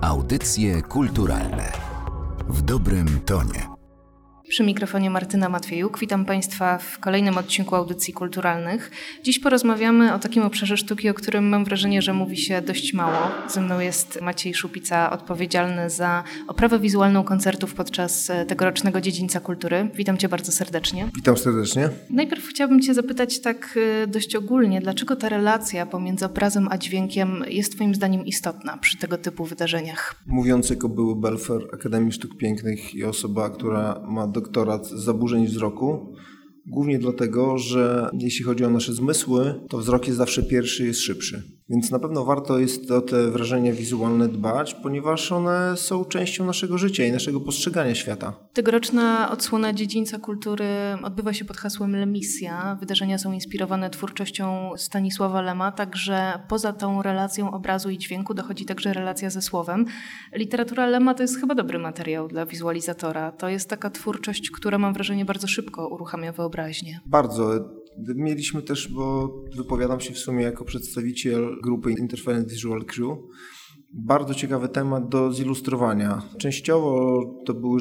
Audycje kulturalne w dobrym tonie. Przy mikrofonie Martyna Matwiejuk. Witam Państwa w kolejnym odcinku Audycji Kulturalnych. Dziś porozmawiamy o takim obszarze sztuki, o którym mam wrażenie, że mówi się dość mało. Ze mną jest Maciej Szupica, odpowiedzialny za oprawę wizualną koncertów podczas tegorocznego Dziedzińca Kultury. Witam Cię bardzo serdecznie. Witam serdecznie. Najpierw chciałabym Cię zapytać tak dość ogólnie, dlaczego ta relacja pomiędzy obrazem a dźwiękiem jest Twoim zdaniem istotna przy tego typu wydarzeniach? Mówiąc jako były belfer Akademii Sztuk Pięknych i osoba, która ma doktorat z zaburzeń wzroku, głównie dlatego, że jeśli chodzi o nasze zmysły, to wzrok jest zawsze pierwszy, jest szybszy. Więc na pewno warto jest o te wrażenia wizualne dbać, ponieważ one są częścią naszego życia i naszego postrzegania świata. Tegoroczna odsłona Dziedzińca Kultury odbywa się pod hasłem Lemisja. Wydarzenia są inspirowane twórczością Stanisława Lema, także poza tą relacją obrazu i dźwięku dochodzi także relacja ze słowem. Literatura Lema to jest chyba dobry materiał dla wizualizatora. To jest taka twórczość, która mam wrażenie bardzo szybko uruchamia wyobraźnię. Bardzo. Mieliśmy też, bo wypowiadam się w sumie jako przedstawiciel grupy Interference Visual Crew, bardzo ciekawy temat do zilustrowania. Częściowo to były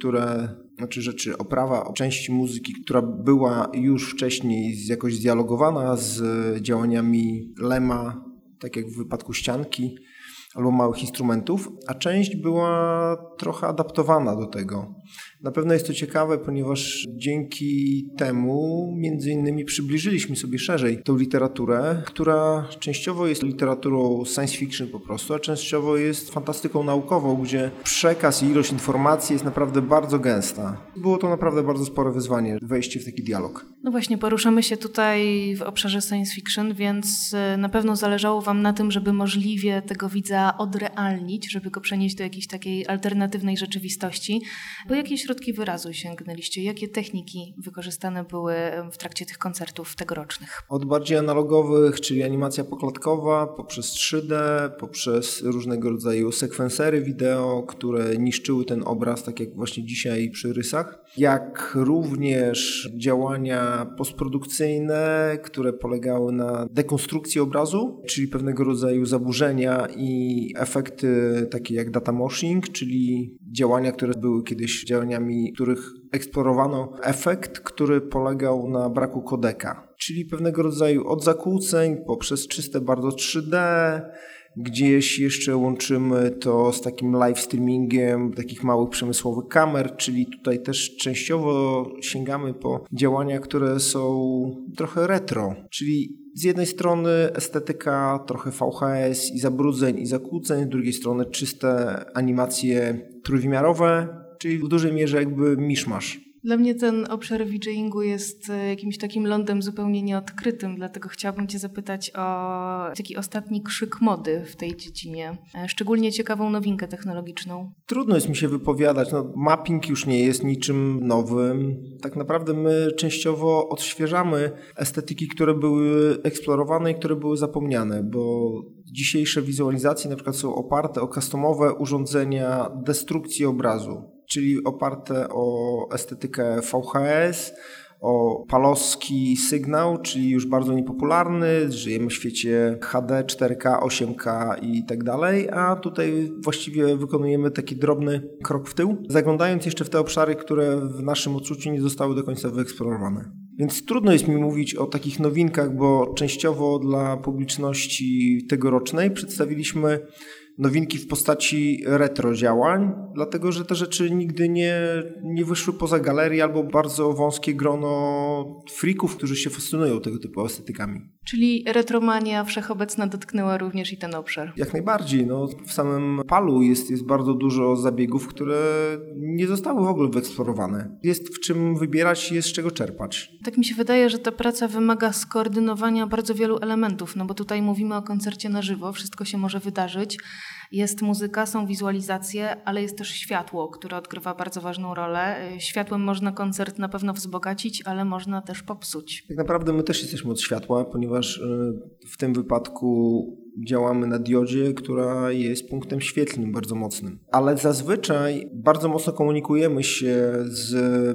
oprawa części muzyki, która była już wcześniej jakoś zdialogowana z działaniami Lema, tak jak w wypadku ścianki albo małych instrumentów, a część była trochę adaptowana do tego. Na pewno jest to ciekawe, ponieważ dzięki temu między innymi przybliżyliśmy sobie szerzej tą literaturę, która częściowo jest literaturą science fiction po prostu, a częściowo jest fantastyką naukową, gdzie przekaz i ilość informacji jest naprawdę bardzo gęsta. Było to naprawdę bardzo spore wyzwanie, wejście w taki dialog. No właśnie, poruszamy się tutaj w obszarze science fiction, więc na pewno zależało Wam na tym, żeby możliwie tego widza odrealnić, żeby go przenieść do jakiejś takiej alternatywnej rzeczywistości. Po jakie środki wyrazu sięgnęliście? Jakie techniki wykorzystane były w trakcie tych koncertów tegorocznych? Od bardziej analogowych, czyli animacja poklatkowa, poprzez 3D, poprzez różnego rodzaju sekwensery wideo, które niszczyły ten obraz, tak jak właśnie dzisiaj przy rysach, jak również działania postprodukcyjne, które polegały na dekonstrukcji obrazu, czyli pewnego rodzaju zaburzenia i efekty takie jak data moshing, czyli działania, które były kiedyś działaniami, których eksplorowano efekt, który polegał na braku kodeka, czyli pewnego rodzaju od zakłóceń poprzez czyste bardzo 3D, gdzieś jeszcze łączymy to z takim live streamingiem takich małych przemysłowych kamer, czyli tutaj też częściowo sięgamy po działania, które są trochę retro, czyli z jednej strony estetyka trochę VHS i zabrudzeń i zakłóceń, z drugiej strony czyste animacje trójwymiarowe, czyli w dużej mierze jakby miszmasz. Dla mnie ten obszar VJingu jest jakimś takim lądem zupełnie nieodkrytym, dlatego chciałabym Cię zapytać o taki ostatni krzyk mody w tej dziedzinie, szczególnie ciekawą nowinkę technologiczną. Trudno jest mi się wypowiadać, mapping już nie jest niczym nowym. Tak naprawdę my częściowo odświeżamy estetyki, które były eksplorowane i które były zapomniane, bo dzisiejsze wizualizacje na przykład są oparte o customowe urządzenia destrukcji obrazu, czyli oparte o estetykę VHS, o palowski sygnał, czyli już bardzo niepopularny, żyjemy w świecie HD, 4K, 8K i tak dalej, a tutaj właściwie wykonujemy taki drobny krok w tył, zaglądając jeszcze w te obszary, które w naszym odczuciu nie zostały do końca wyeksplorowane. Więc trudno jest mi mówić o takich nowinkach, bo częściowo dla publiczności tegorocznej przedstawiliśmy nowinki w postaci retro działań, dlatego że te rzeczy nigdy nie wyszły poza galerię albo bardzo wąskie grono freaków, którzy się fascynują tego typu estetykami. Czyli retromania wszechobecna dotknęła również i ten obszar. Jak najbardziej. W samym PAL-u jest bardzo dużo zabiegów, które nie zostały w ogóle wyeksplorowane. Jest w czym wybierać i jest z czego czerpać. Tak mi się wydaje, że ta praca wymaga skoordynowania bardzo wielu elementów, bo tutaj mówimy o koncercie na żywo, wszystko się może wydarzyć. Jest muzyka, są wizualizacje, ale jest też światło, które odgrywa bardzo ważną rolę. Światłem można koncert na pewno wzbogacić, ale można też popsuć. Tak naprawdę my też jesteśmy od światła, ponieważ w tym wypadku działamy na diodzie, która jest punktem świetlnym bardzo mocnym. Ale zazwyczaj bardzo mocno komunikujemy się z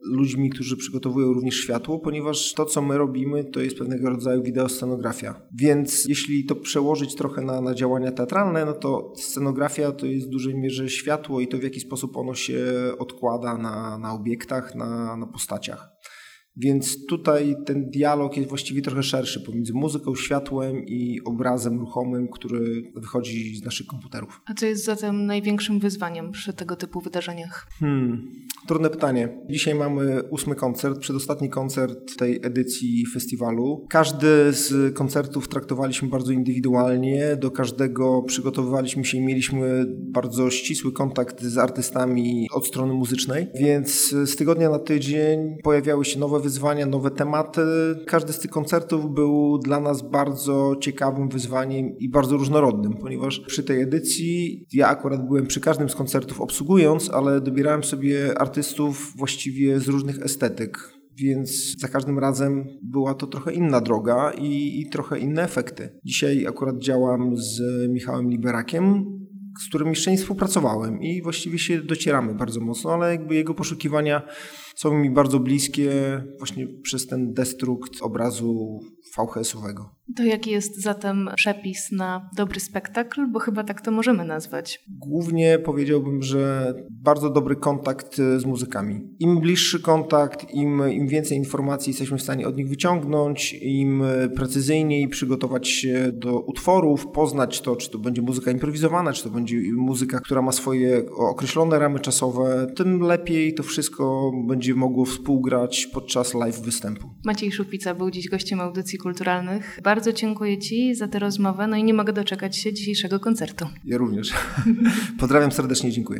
ludźmi, którzy przygotowują również światło, ponieważ to, co my robimy, to jest pewnego rodzaju wideoscenografia. Więc jeśli to przełożyć trochę na działania teatralne, no to scenografia to jest w dużej mierze światło i to, w jaki sposób ono się odkłada na obiektach, na postaciach. Więc tutaj ten dialog jest właściwie trochę szerszy pomiędzy muzyką, światłem i obrazem ruchomym, który wychodzi z naszych komputerów. A co jest zatem największym wyzwaniem przy tego typu wydarzeniach? Trudne pytanie. Dzisiaj mamy 8. koncert, przedostatni koncert tej edycji festiwalu. Każdy z koncertów traktowaliśmy bardzo indywidualnie, do każdego przygotowywaliśmy się i mieliśmy bardzo ścisły kontakt z artystami od strony muzycznej, więc z tygodnia na tydzień pojawiały się nowe wyzwania, nowe tematy. Każdy z tych koncertów był dla nas bardzo ciekawym wyzwaniem i bardzo różnorodnym, ponieważ przy tej edycji ja akurat byłem przy każdym z koncertów obsługując, ale dobierałem sobie artystów właściwie z różnych estetyk, więc za każdym razem była to trochę inna droga i trochę inne efekty. Dzisiaj akurat działam z Michałem Liberakiem, z którym jeszcze nie współpracowałem i właściwie się docieramy bardzo mocno, ale jakby jego poszukiwania są mi bardzo bliskie właśnie przez ten destrukt obrazu VHS-owego. To jaki jest zatem przepis na dobry spektakl, bo chyba tak to możemy nazwać? Głównie powiedziałbym, że bardzo dobry kontakt z muzykami. Im bliższy kontakt, im więcej informacji jesteśmy w stanie od nich wyciągnąć, im precyzyjniej przygotować się do utworów, poznać to, czy to będzie muzyka improwizowana, czy to będzie muzyka, która ma swoje określone ramy czasowe, tym lepiej to wszystko będzie mogło współgrać podczas live występu. Maciej Szupica był dziś gościem audycji kulturalnych. Bardzo dziękuję Ci za tę rozmowę, no i nie mogę doczekać się dzisiejszego koncertu. Ja również. Pozdrawiam serdecznie, dziękuję.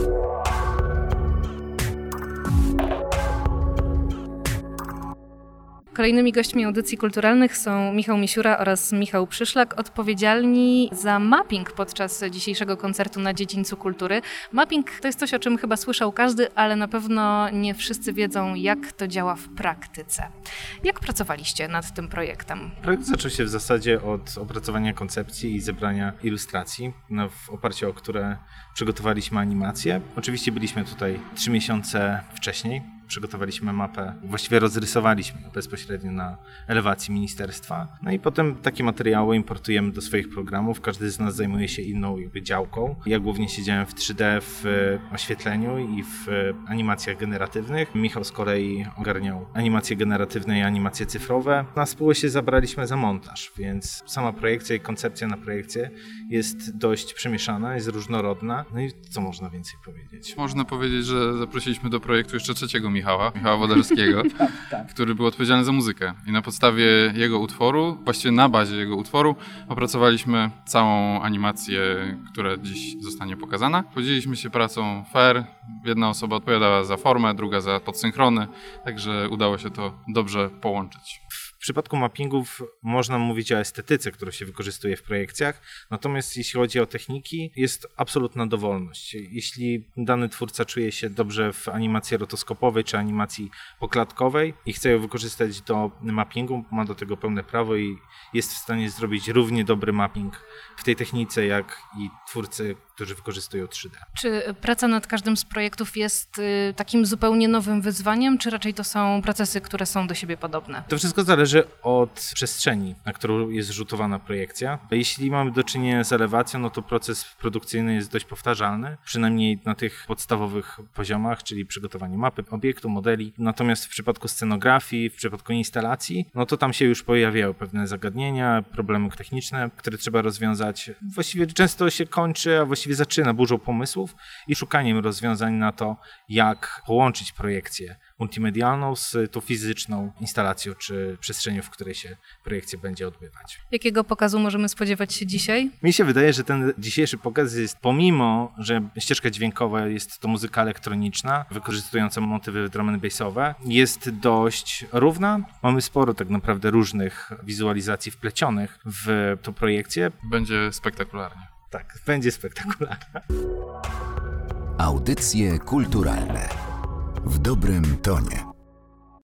Kolejnymi gośćmi audycji kulturalnych są Michał Misiura oraz Michał Przyszlak, odpowiedzialni za mapping podczas dzisiejszego koncertu na Dziedzińcu Kultury. Mapping to jest coś, o czym chyba słyszał każdy, ale na pewno nie wszyscy wiedzą, jak to działa w praktyce. Jak pracowaliście nad tym projektem? Projekt zaczął się w zasadzie od opracowania koncepcji i zebrania ilustracji, w oparciu o które przygotowaliśmy animację. Oczywiście byliśmy tutaj 3 miesiące wcześniej. Przygotowaliśmy mapę, właściwie rozrysowaliśmy bezpośrednio na elewacji ministerstwa. No i potem takie materiały importujemy do swoich programów. Każdy z nas zajmuje się inną działką. Ja głównie siedziałem w 3D w oświetleniu i w animacjach generatywnych. Michał z kolei ogarniał animacje generatywne i animacje cyfrowe. Na spółę się zabraliśmy za montaż, więc sama projekcja i koncepcja na projekcję jest dość przemieszana, jest różnorodna. No i co można więcej powiedzieć? Można powiedzieć, że zaprosiliśmy do projektu jeszcze trzeciego Michała Wodarskiego, tak. Który był odpowiedzialny za muzykę. I na podstawie jego utworu, właściwie na bazie jego utworu, opracowaliśmy całą animację, która dziś zostanie pokazana. Podzieliliśmy się pracą fair. Jedna osoba odpowiadała za formę, druga za podsynchrony, także udało się to dobrze połączyć. W przypadku mappingów można mówić o estetyce, którą się wykorzystuje w projekcjach, natomiast jeśli chodzi o techniki, jest absolutna dowolność. Jeśli dany twórca czuje się dobrze w animacji rotoskopowej czy animacji poklatkowej i chce ją wykorzystać do mappingu, ma do tego pełne prawo i jest w stanie zrobić równie dobry mapping w tej technice, jak i twórcy, którzy wykorzystują 3D. Czy praca nad każdym z projektów jest takim zupełnie nowym wyzwaniem, czy raczej to są procesy, które są do siebie podobne? To wszystko zależy od przestrzeni, na którą jest rzutowana projekcja. Jeśli mamy do czynienia z elewacją, no to proces produkcyjny jest dość powtarzalny, przynajmniej na tych podstawowych poziomach, czyli przygotowanie mapy, obiektu, modeli. Natomiast w przypadku scenografii, w przypadku instalacji, no to tam się już pojawiają pewne zagadnienia, problemy techniczne, które trzeba rozwiązać. Właściwie często się kończy, a właściwie zaczyna burzą pomysłów i szukaniem rozwiązań na to, jak połączyć projekcję multimedialną z tą fizyczną instalacją czy przestrzenią, w której się projekcja będzie odbywać. Jakiego pokazu możemy spodziewać się dzisiaj? Mi się wydaje, że ten dzisiejszy pokaz jest, pomimo że ścieżka dźwiękowa jest to muzyka elektroniczna, wykorzystująca motywy drum and bassowe, jest dość równa. Mamy sporo tak naprawdę różnych wizualizacji wplecionych w tą projekcję. Będzie spektakularnie. Tak, będzie spektakularne. Audycje kulturalne w dobrym tonie.